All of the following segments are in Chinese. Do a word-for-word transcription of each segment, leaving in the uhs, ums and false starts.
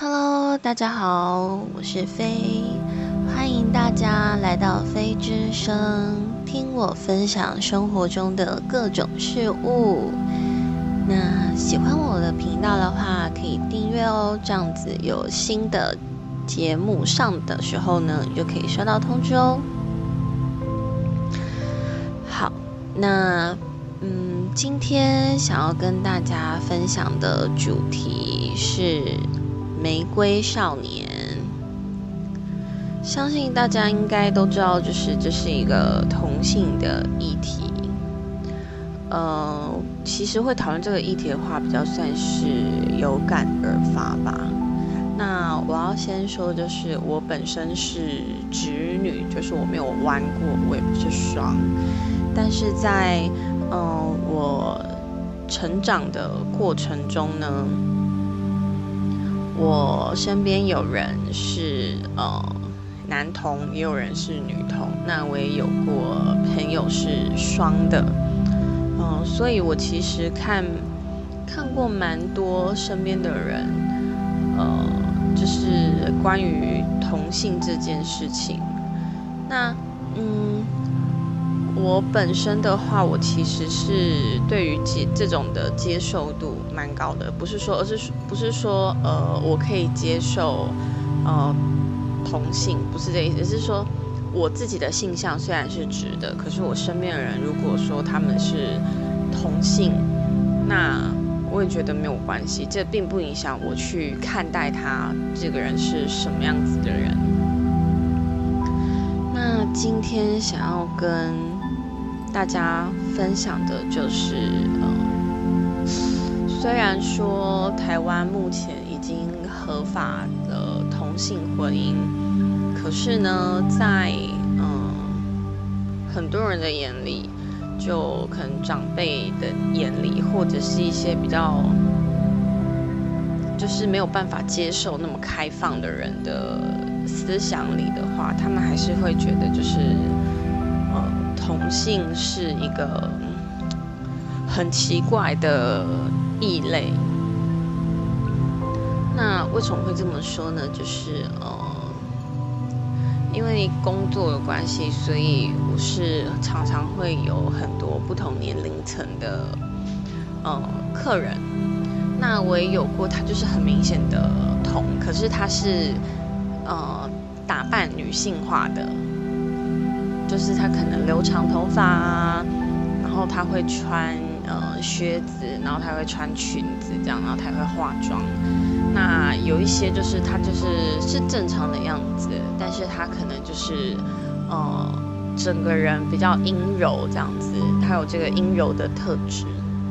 Hello，大家好，我是飞，欢迎大家来到飞之声，听我分享生活中的各种事物。那喜欢我的频道的话，可以订阅哦，这样子有新的节目上的时候呢，你就可以收到通知哦。好，那嗯，今天想要跟大家分享的主题是玫瑰少年。相信大家应该都知道，就是这是一个同性的议题。呃，其实会讨论这个议题的话，比较算是有感而发吧。那我要先说，就是我本身是直女，就是我没有弯过，我也不是双。但是在嗯、呃、我成长的过程中呢，我身边有人是呃男同，也有人是女同，那我也有过朋友是双的，嗯、呃，所以我其实看看过蛮多身边的人，呃，就是关于同性这件事情。那嗯，我本身的话，我其实是对于接这种的接受度蛮高的，不是说，而是不是说，呃，我可以接受，呃，同性，不是这意思，是说我自己的性向虽然是直的，可是我身边的人如果说他们是同性，那我也觉得没有关系，这并不影响我去看待他这个人是什么样子的人。那今天想要跟大家分享的就是，呃，虽然说台湾目前已经合法的同性婚姻，可是呢，在嗯、呃、很多人的眼里，就可能长辈的眼里，或者是一些比较就是没有办法接受那么开放的人的思想里的话，他们还是会觉得就是呃同性是一个很奇怪的异类。那为什么会这么说呢？就是呃，因为工作的关系，所以我是常常会有很多不同年龄层的呃客人。那我也有过，他就是很明显的同，可是他是呃打扮女性化的，就是他可能留长头发啊，然后他会穿呃靴子，然后他会穿裙子这样，然后他会化妆。那有一些就是他就是是正常的样子，但是他可能就是呃整个人比较阴柔这样子，他有这个阴柔的特质。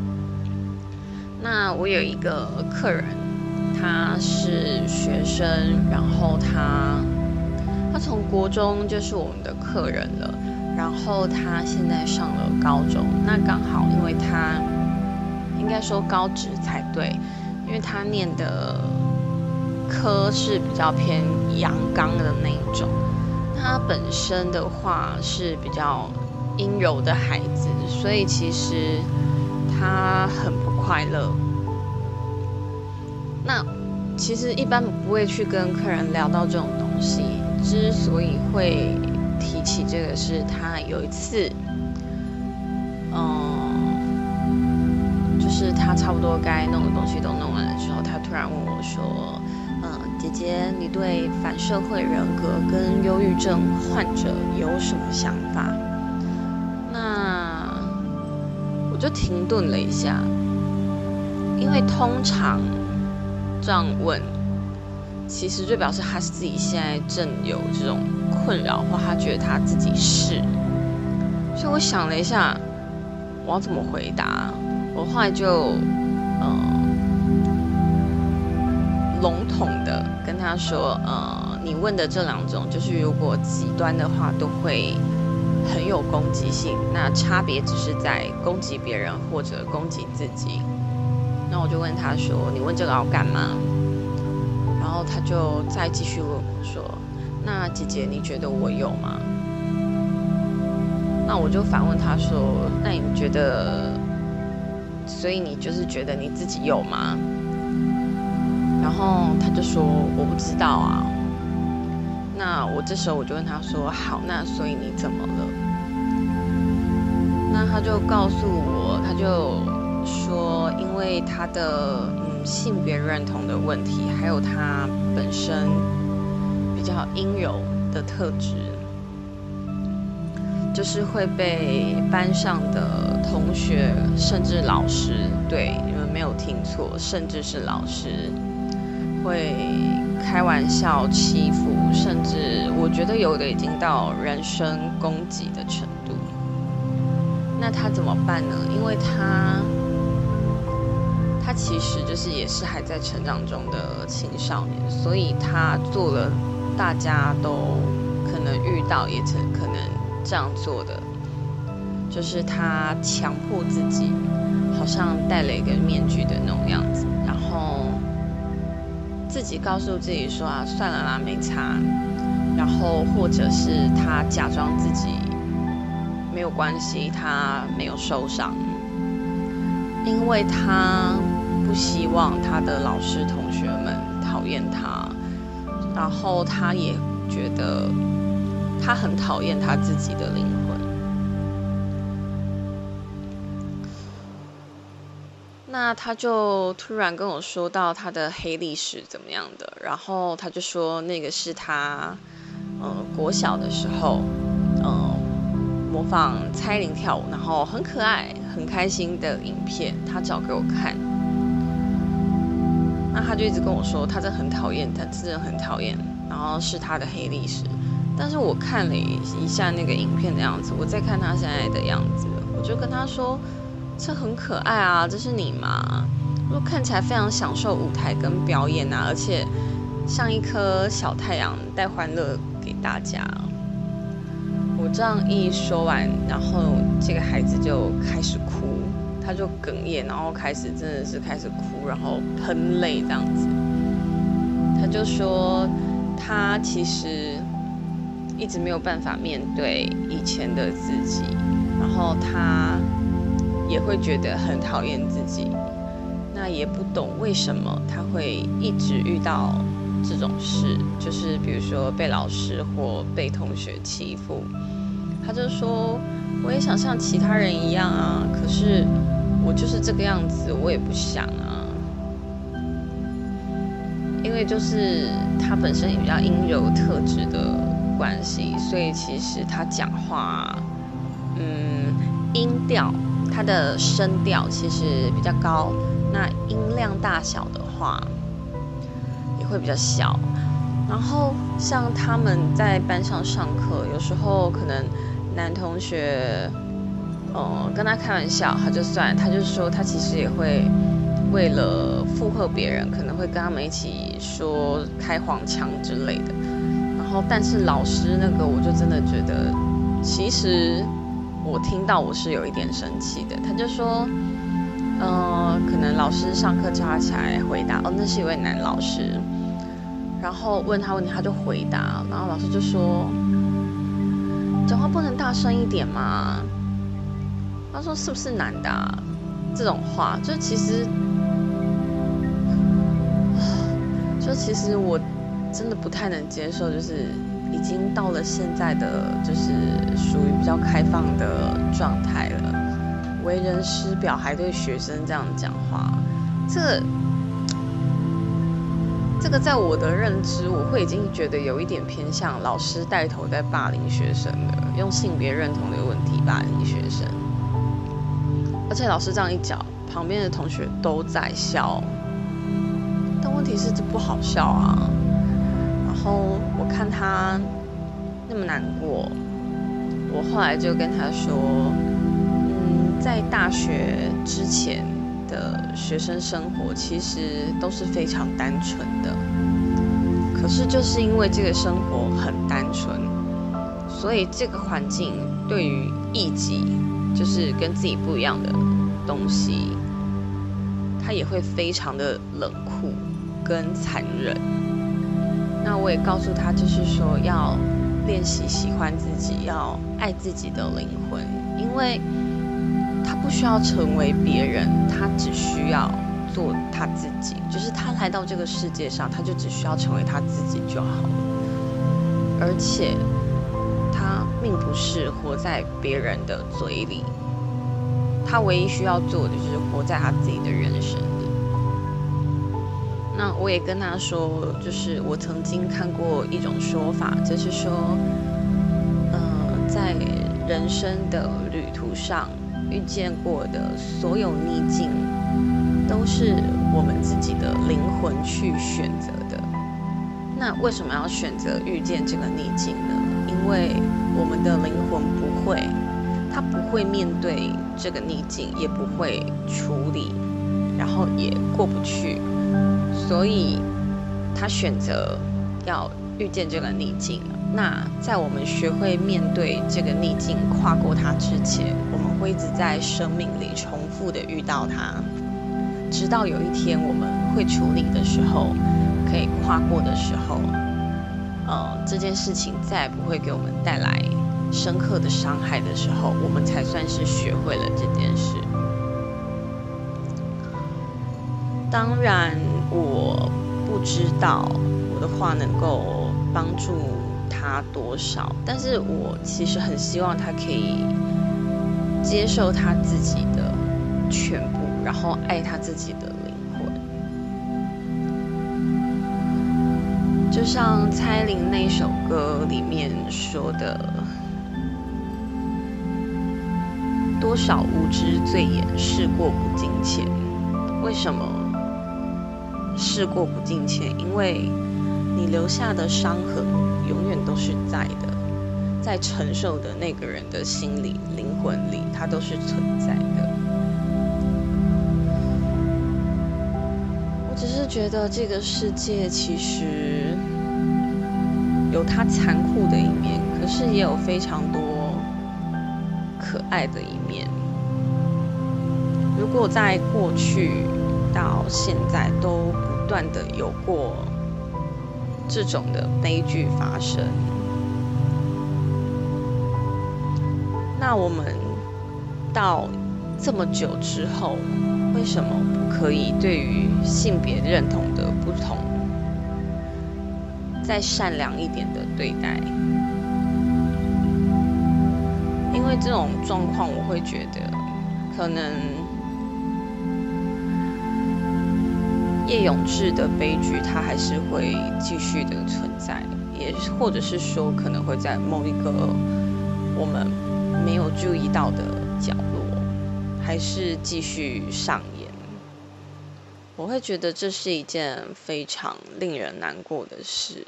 那我有一个客人，他是学生，然后他他从国中就是我们的客人了，然后他现在上了高中，那刚好因为他应该说高职才对，因为他念的科是比较偏阳刚的那一种，他本身的话是比较阴柔的孩子，所以其实他很不快乐。那其实一般不会去跟客人聊到这种东西，之所以会提起这个，是他有一次，嗯，就是他差不多该弄的东西都弄完了之后，他突然问我说：“嗯，姐姐，你对反社会人格跟忧郁症患者有什么想法？”那我就停顿了一下，因为通常这样问，其实就表示他自己现在正有这种困扰，或他觉得他自己是。所以我想了一下，我要怎么回答？我后来就呃笼统的跟他说，呃，你问的这两种，就是如果极端的话，都会很有攻击性，那差别只是在攻击别人或者攻击自己。那我就问他说：“你问这个要干嘛？”然后他就再继续问我说：“那姐姐，你觉得我有吗？”那我就反问他说：“那你觉得，所以你就是觉得你自己有吗？” 然后他就说我不知道啊。那我这时候我就问他说，好，那所以你怎么了？那他就告诉我，他就说因为他的嗯性别认同的问题，还有他本身比较阴柔的特质，就是会被班上的同学甚至老师，对，你们没有听错，甚至是老师会开玩笑欺负，甚至我觉得有的已经到人身攻击的程度。那他怎么办呢？因为他他其实就是也是还在成长中的青少年，所以他做了大家都可能遇到也可能这样做的，就是他强迫自己好像戴了一个面具的那种样子，然后自己告诉自己说啊，算了啦，没差，然后或者是他假装自己没有关系，他没有受伤，因为他不希望他的老师同学们讨厌他，然后他也觉得他很讨厌他自己的灵魂。那他就突然跟我说到他的黑历史怎么样的，然后他就说那个是他呃国小的时候呃模仿蔡依林跳舞，然后很可爱很开心的影片，他找给我看。那他就一直跟我说他真的很讨厌，他真的很讨厌，然后是他的黑历史。但是我看了一下那个影片的样子，我再看他现在的样子，我就跟他说这很可爱啊，这是你吗？我看起来非常享受舞台跟表演啊，而且像一颗小太阳带欢乐给大家。我这样一说完，然后这个孩子就开始哭，他就哽咽，然后开始真的是开始哭，然后喷泪这样子。他就说他其实一直没有办法面对以前的自己，然后他也会觉得很讨厌自己，那也不懂为什么他会一直遇到这种事，就是比如说被老师或被同学欺负。他就说我也想像其他人一样啊，可是我就是这个样子，我也不想啊。因为就是他本身也比较阴柔特质的关系，所以其实他讲话嗯音调，他的声调其实比较高，那音量大小的话也会比较小。然后像他们在班上上课，有时候可能男同学呃跟他开玩笑，他就算他就说他其实也会为了附和别人，可能会跟他们一起说开黄腔之类的。然后但是老师那个我就真的觉得，其实我听到我是有一点生气的。他就说呃可能老师上课叫他起来回答，哦那是一位男老师，然后问他问题他就回答，然后老师就说讲话不能大声一点吗？他说是不是男的啊？这种话就其实就其实我真的不太能接受，就是已经到了现在的就是属于比较开放的状态了，为人师表还对学生这样讲话，这个这个在我的认知，我会已经觉得有一点偏向老师带头在霸凌学生的，用性别认同的问题霸凌学生。而且老师这样一讲，旁边的同学都在笑，但问题是这不好笑啊。然后我看他那么难过，我后来就跟他说，嗯，在大学之前的学生生活其实都是非常单纯的，可是就是因为这个生活很单纯，所以这个环境对于异己，就是跟自己不一样的东西，他也会非常的冷酷跟残忍。那我也告诉他，就是说要练习喜欢自己，要爱自己的灵魂，因为他不需要成为别人，他只需要做他自己，就是他来到这个世界上，他就只需要成为他自己就好了，而且他并不是活在别人的嘴里，他唯一需要做的就是活在他自己的人生里。那我也跟他说，就是我曾经看过一种说法，就是说，呃，在人生的旅途上遇见过的所有逆境，都是我们自己的灵魂去选择的。那为什么要选择遇见这个逆境呢？因为我们的灵魂不会，他不会面对这个逆境，也不会处理，然后也过不去，所以他选择要遇见这个逆境。那在我们学会面对这个逆境，跨过它之前，我们会一直在生命里重复的遇到它，直到有一天我们会处理的时候，可以跨过的时候，呃，这件事情再也不会给我们带来深刻的伤害的时候，我们才算是学会了这件事。当然，我不知道我的话能够帮助他多少，但是我其实很希望他可以接受他自己的全部，然后爱他自己的灵魂。就像蔡依林那首歌里面说的，多少无知醉眼事过不境迁。为什么事过不境迁？因为你留下的伤痕永远都是在的，在承受的那个人的心里、灵魂里，它都是存在的。我只是觉得这个世界其实有它残酷的一面，可是也有非常多可爱的一面。如果在过去到现在都不断的有过这种的悲剧发生，那我们到这么久之后，为什么不可以对于性别认同的不同再善良一点的对待？因为这种状况，我会觉得可能叶永志的悲剧，它还是会继续的存在，也或者是说，可能会在某一个我们没有注意到的角落，还是继续上演。我会觉得这是一件非常令人难过的事，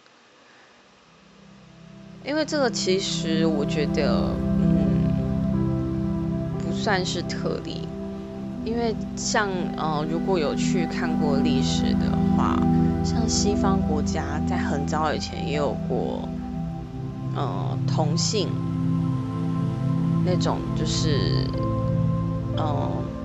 因为这个其实我觉得，嗯，不算是特例。因为像呃，如果有去看过历史的话，像西方国家在很早以前也有过，呃，同性那种就是，呃，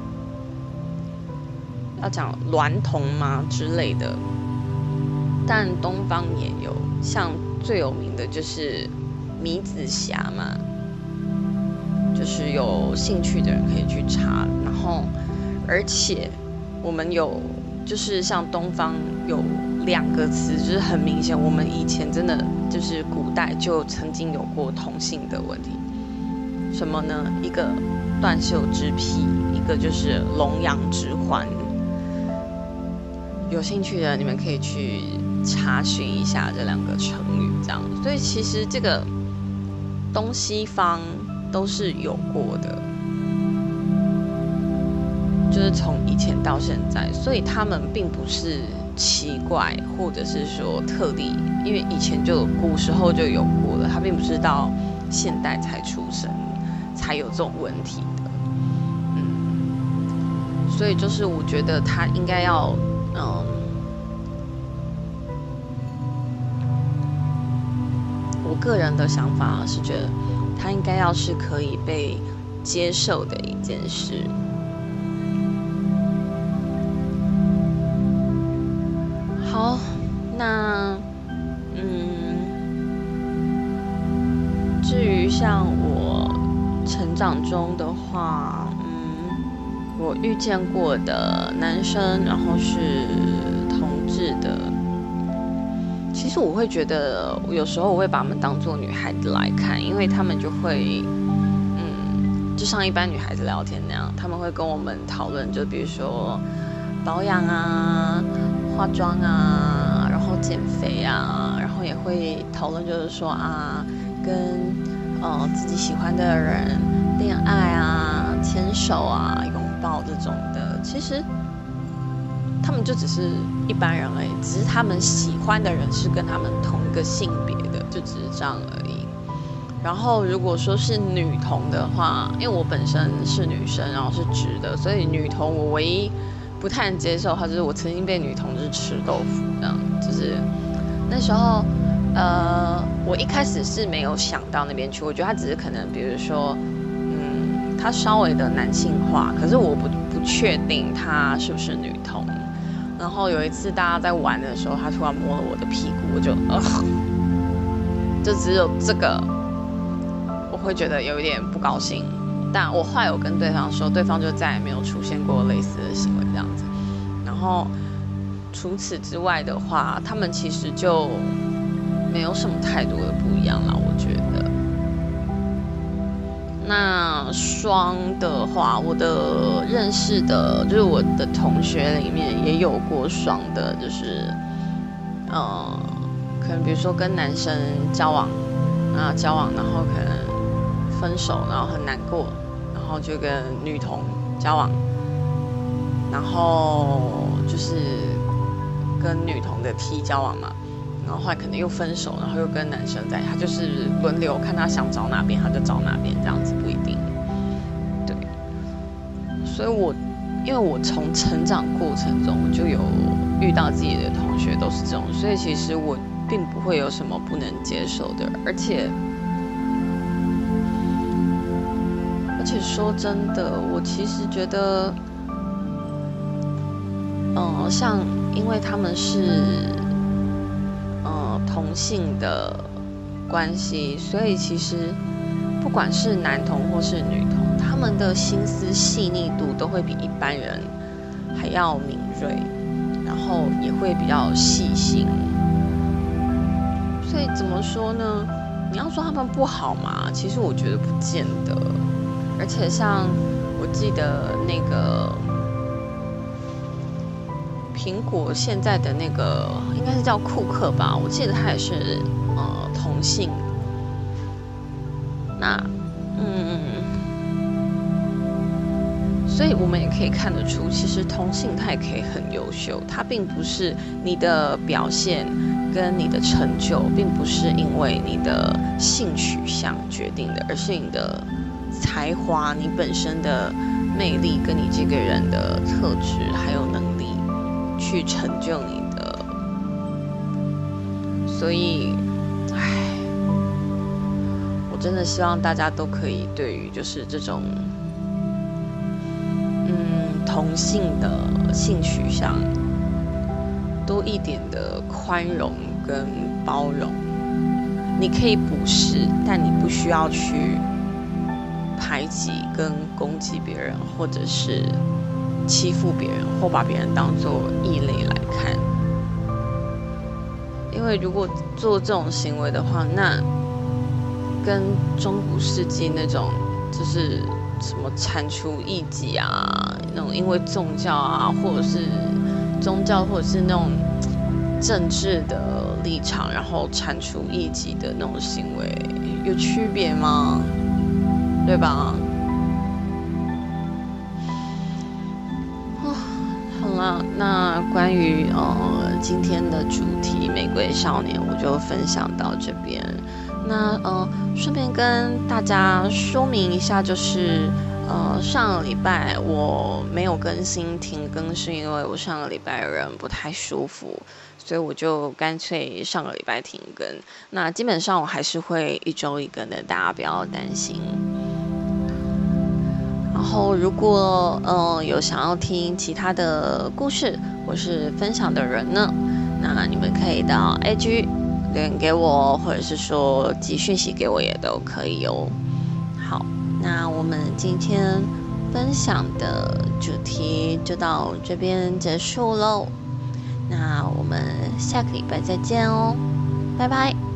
要讲娈童嘛之类的，但东方也有，像最有名的就是米子霞嘛，就是有兴趣的人可以去查，然后。而且我们有，就是像东方有两个词，就是很明显，我们以前真的就是古代就曾经有过同性的问题。什么呢？一个断袖之癖，一个就是龙阳之欢。有兴趣的你们可以去查询一下这两个成语，这样。所以其实这个东西方都是有过的。就是从以前到现在，所以他们并不是奇怪，或者是说特例，因为以前就古时候就有过了，他并不是到现代才出生，才有这种问题的。嗯，所以就是我觉得他应该要，嗯，我个人的想法是觉得他应该要是可以被接受的一件事。好，那嗯，至于像我成长中的话，嗯， 我遇见过的男生，然后是同志的，其实我会觉得，有时候我会把他们当作女孩子来看，因为他们就会，嗯，就像一般女孩子聊天那样，他们会跟我们讨论，就比如说保养啊、化妆啊，然后减肥啊，然后也会讨论，就是说啊，跟呃自己喜欢的人恋爱啊、牵手啊、拥抱这种的，其实他们就只是一般人而已，只是他们喜欢的人是跟他们同一个性别的，就只是这样而已。然后如果说是女同的话，因为我本身是女生，然后是直的，所以女同我唯一不太能接受的话，就是我曾经被女同志吃豆腐，这样就是那时候，呃，我一开始是没有想到那边去，我觉得他只是可能，比如说，嗯，他稍微的男性化，可是我不不确定他是不是女同。然后有一次大家在玩的时候，他突然摸了我的屁股，我就呃，就只有这个，我会觉得有一点不高兴。但我后来有跟对方说，对方就再也没有出现过类似的行为这样子。然后除此之外的话，他们其实就没有什么太多的不一样啦，我觉得。那双的话，我的认识的，就是我的同学里面也有过双的，就是呃，可能比如说跟男生交往啊交往，然后可能分手，然后很难过，然后就跟女同交往，然后就是跟女同的 T 交往嘛。然后后来可能又分手，然后又跟男生在，他就是轮流看他想找哪边，他就找哪边，这样子不一定。对，所以我因为我从成长过程中我就有遇到自己的同学都是这种，所以其实我并不会有什么不能接受的，而且而且说真的，我其实觉得，嗯、呃，像因为他们是。同性的关系，所以其实不管是男同或是女同，他们的心思细腻度都会比一般人还要敏锐，然后也会比较细心。所以怎么说呢？你要说他们不好嘛，其实我觉得不见得。而且像我记得那个。苹果现在的那个应该是叫库克吧，我记得他也是呃同性。那嗯，所以我们也可以看得出，其实同性他也可以很优秀，他并不是你的表现跟你的成就，并不是因为你的性取向决定的，而是你的才华、你本身的魅力跟你这个人的特质还有能力。去成就你的，所以，唉，我真的希望大家都可以对于就是这种，嗯，同性的性取向多一点的宽容跟包容。你可以不是，但你不需要去排挤跟攻击别人，或者是。欺负别人或把别人当作异类来看，因为如果做这种行为的话，那跟中古世纪那种就是什么铲除异己啊，那种因为宗教啊，或者是宗教或者是那种政治的立场，然后铲除异己的那种行为有区别吗？对吧？那关于呃今天的主题《玫瑰少年》，我就分享到这边。那呃顺便跟大家说明一下，就是呃上个礼拜我没有更新停更，是因为我上个礼拜人不太舒服，所以我就干脆上个礼拜停更。那基本上我还是会一周一更的，大家不要担心。然后，如果呃有想要听其他的故事或是分享的人呢，那你们可以到 I G 留言给我，或者是说寄讯息给我也都可以哦。好，那我们今天分分享的主题就到这边结束喽。那我们下个礼拜再见哦，拜拜。